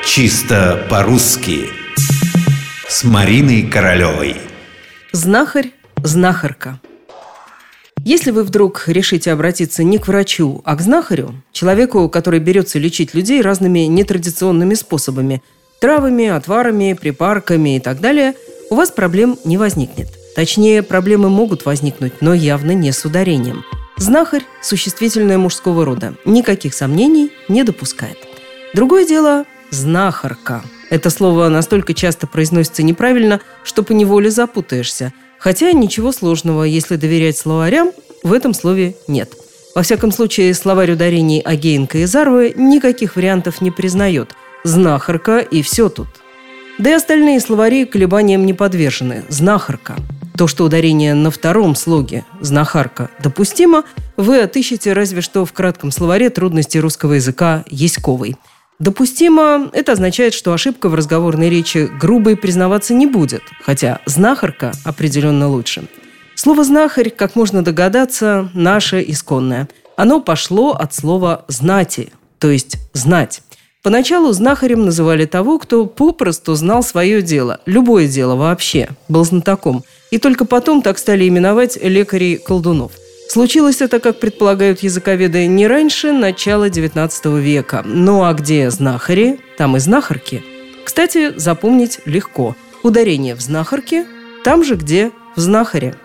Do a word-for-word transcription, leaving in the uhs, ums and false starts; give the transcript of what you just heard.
Чисто по-русски с Мариной Королевой. Знахарь, знахарка. Если вы вдруг решите обратиться не к врачу, а к знахарю, человеку, который берется лечить людей разными нетрадиционными способами, травами, отварами, припарками и так далее, у вас проблем не возникнет. Точнее, проблемы могут возникнуть, но явно не с ударением. Знахарь – существительное мужского рода, никаких сомнений не допускает. Другое дело – знахарка. Это слово настолько часто произносится неправильно, что поневоле запутаешься. Хотя ничего сложного, если доверять словарям, в этом слове нет. Во всяком случае, словарь ударений Агеенко и Зарвы никаких вариантов не признает. Знахарка и все тут. Да и остальные словари колебаниям не подвержены. Знахарка. То, что ударение на втором слоге «знахарка» допустимо, вы отыщете разве что в кратком словаре трудностей русского языка Яськовой. Допустимо – это означает, что ошибка в разговорной речи грубой признаваться не будет, хотя знахарка определенно лучше. Слово «знахарь», как можно догадаться, наше исконное. Оно пошло от слова «знати», то есть «знать». Поначалу знахарем называли того, кто попросту знал свое дело, любое дело вообще, был знатоком. И только потом так стали именовать лекарей-колдунов. Случилось это, как предполагают языковеды, не раньше начала девятнадцатого века. Ну а где знахари, там и знахарки. Кстати, запомнить легко. Ударение в знахарке там же, где в знахаре.